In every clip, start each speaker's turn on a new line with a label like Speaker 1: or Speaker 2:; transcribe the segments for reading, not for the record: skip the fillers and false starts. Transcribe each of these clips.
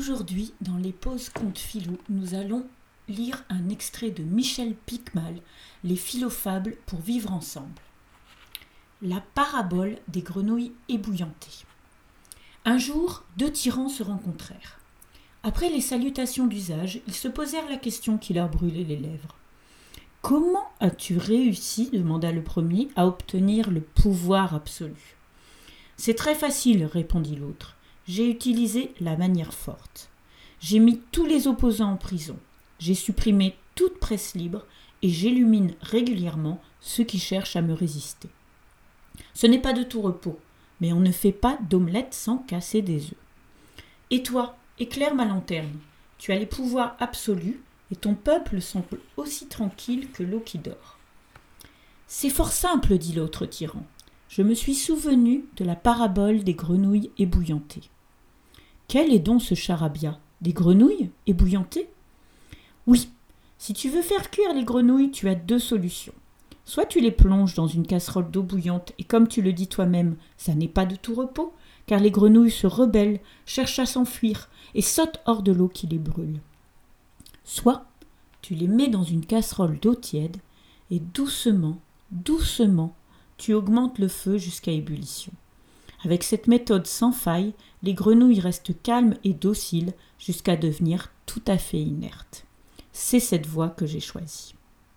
Speaker 1: Aujourd'hui, dans les pauses contes philo, nous allons lire un extrait de Michel Picmal, Les philofables pour vivre ensemble. La parabole des grenouilles ébouillantées. Un jour, deux tyrans se rencontrèrent. Après les salutations d'usage, ils se posèrent la question qui leur brûlait les lèvres. « Comment as-tu réussi, demanda le premier, à obtenir le pouvoir absolu ?»« C'est très facile, répondit l'autre. J'ai utilisé la manière forte. J'ai mis tous les opposants en prison. J'ai supprimé toute presse libre et j'illumine régulièrement ceux qui cherchent à me résister. Ce n'est pas de tout repos, mais on ne fait pas d'omelette sans casser des œufs. Et toi, éclaire ma lanterne. Tu as les pouvoirs absolus et ton peuple semble aussi tranquille que l'eau qui dort. C'est fort simple, dit l'autre tyran. Je me suis souvenu de la parabole des grenouilles ébouillantées. Quel est donc ce charabia ? Des grenouilles ébouillantées ? Oui, si tu veux faire cuire les grenouilles, tu as deux solutions. Soit tu les plonges dans une casserole d'eau bouillante et comme tu le dis toi-même, ça n'est pas de tout repos, car les grenouilles se rebellent, cherchent à s'enfuir et sautent hors de l'eau qui les brûle. Soit tu les mets dans une casserole d'eau tiède et doucement, tu augmentes le feu jusqu'à ébullition. Avec cette méthode sans faille, les grenouilles restent calmes et dociles jusqu'à devenir tout à fait inertes. C'est cette voie que j'ai choisie.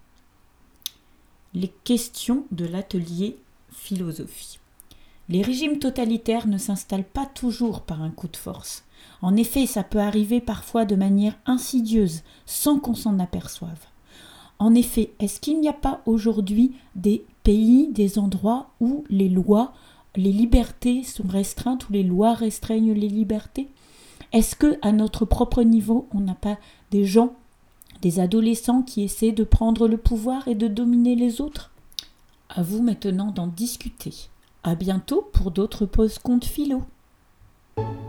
Speaker 1: Les questions de l'atelier philosophie. Les régimes totalitaires ne s'installent pas toujours par un coup de force. En effet, ça peut arriver parfois de manière insidieuse, sans qu'on s'en aperçoive. En effet, est-ce qu'il n'y a pas aujourd'hui des pays, des endroits où les lois, les libertés sont restreintes, où les lois restreignent les libertés ? Est-ce qu'à notre propre niveau, on n'a pas des gens, des adolescents qui essaient de prendre le pouvoir et de dominer les autres ? À vous maintenant d'en discuter. À bientôt pour d'autres pauses contes philo.